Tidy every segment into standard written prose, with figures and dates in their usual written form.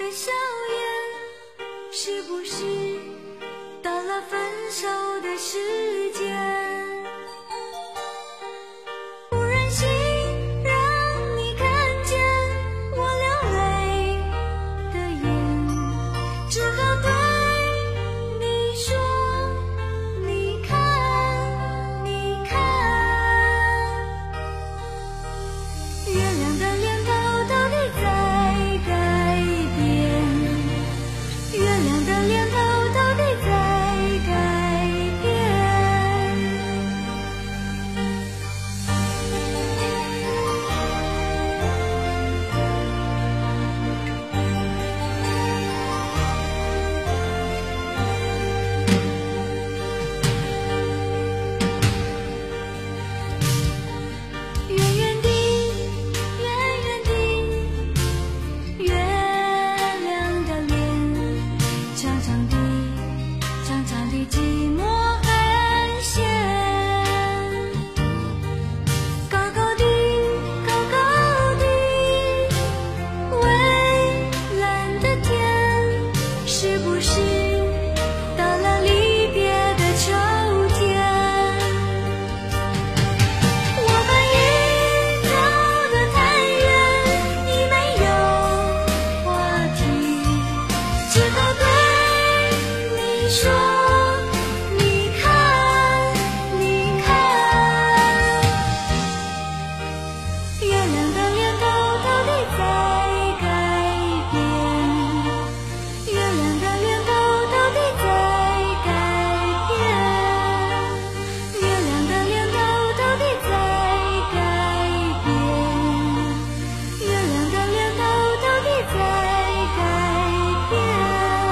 笑颜，是不是到了分手的时间？不忍心让你看见我流泪的眼，只好对你说，你看，你看，月亮的脸头到底在改变，月亮的脸头到底在改变。远远地，远远地，月亮的脸，长长的，长长的寂寞很咸。高高的，高高的，蔚蓝的天，是不是到了离别的秋天？我们已走得太远，已没有话题，只好对你说，你看，你看，月亮的脸头到底在改变，月亮的脸头到底在改变，月亮的脸头到底在改变，月亮的脸头到底在改变。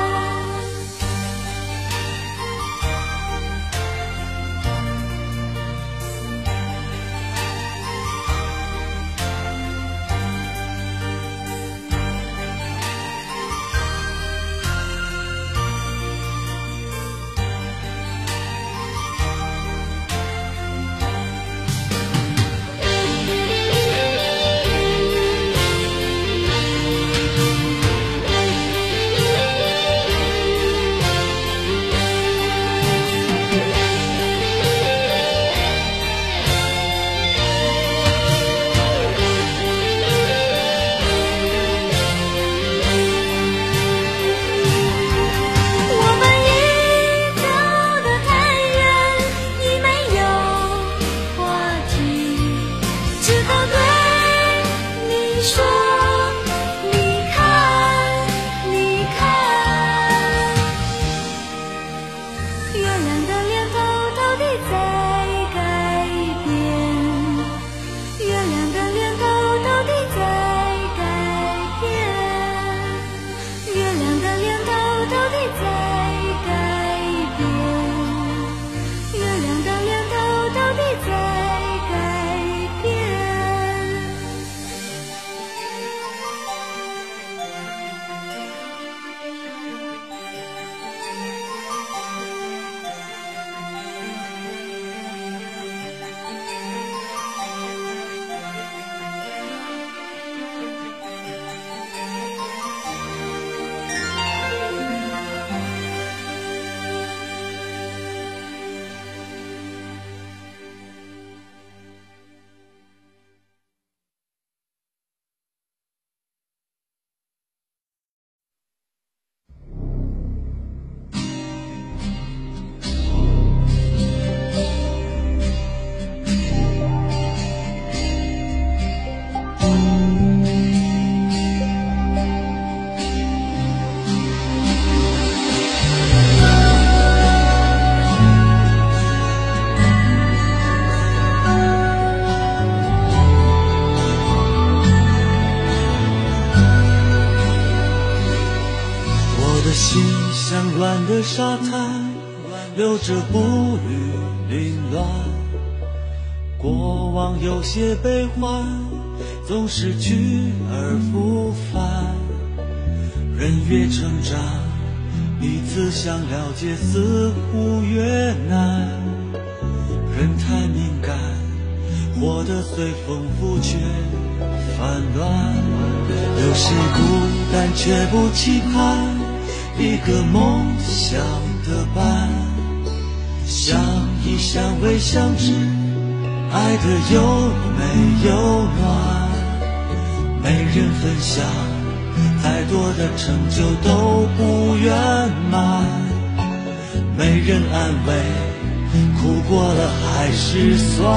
我们已走得太远，已没有话题，只好对你说，你看，你看，月亮的脸头到底在改变，月亮的脸头到底在改变，月亮的脸头到底在改变，月亮的脸头到底在改变。 我的心像软的沙滩，留着步履凌乱。过往有些悲欢，总是去而复返。人越成长，彼此想了解似乎越难。人太敏感，活得随风浮却烦乱。有谁孤但却不期盼一个梦想的伴。相依相偎相知，爱得有没有暖，没人分享，再多的成就都不圆满，没人安慰，苦过了还是酸。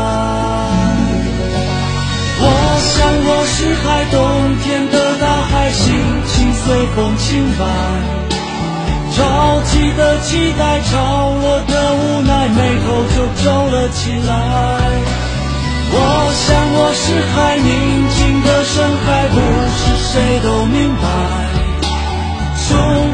我想我是海，冬天的大海，心情随风轻摆，着急的期待，潮落的无奈，眉头就皱了起来。我想我是海，宁静的深海，不是谁都明白，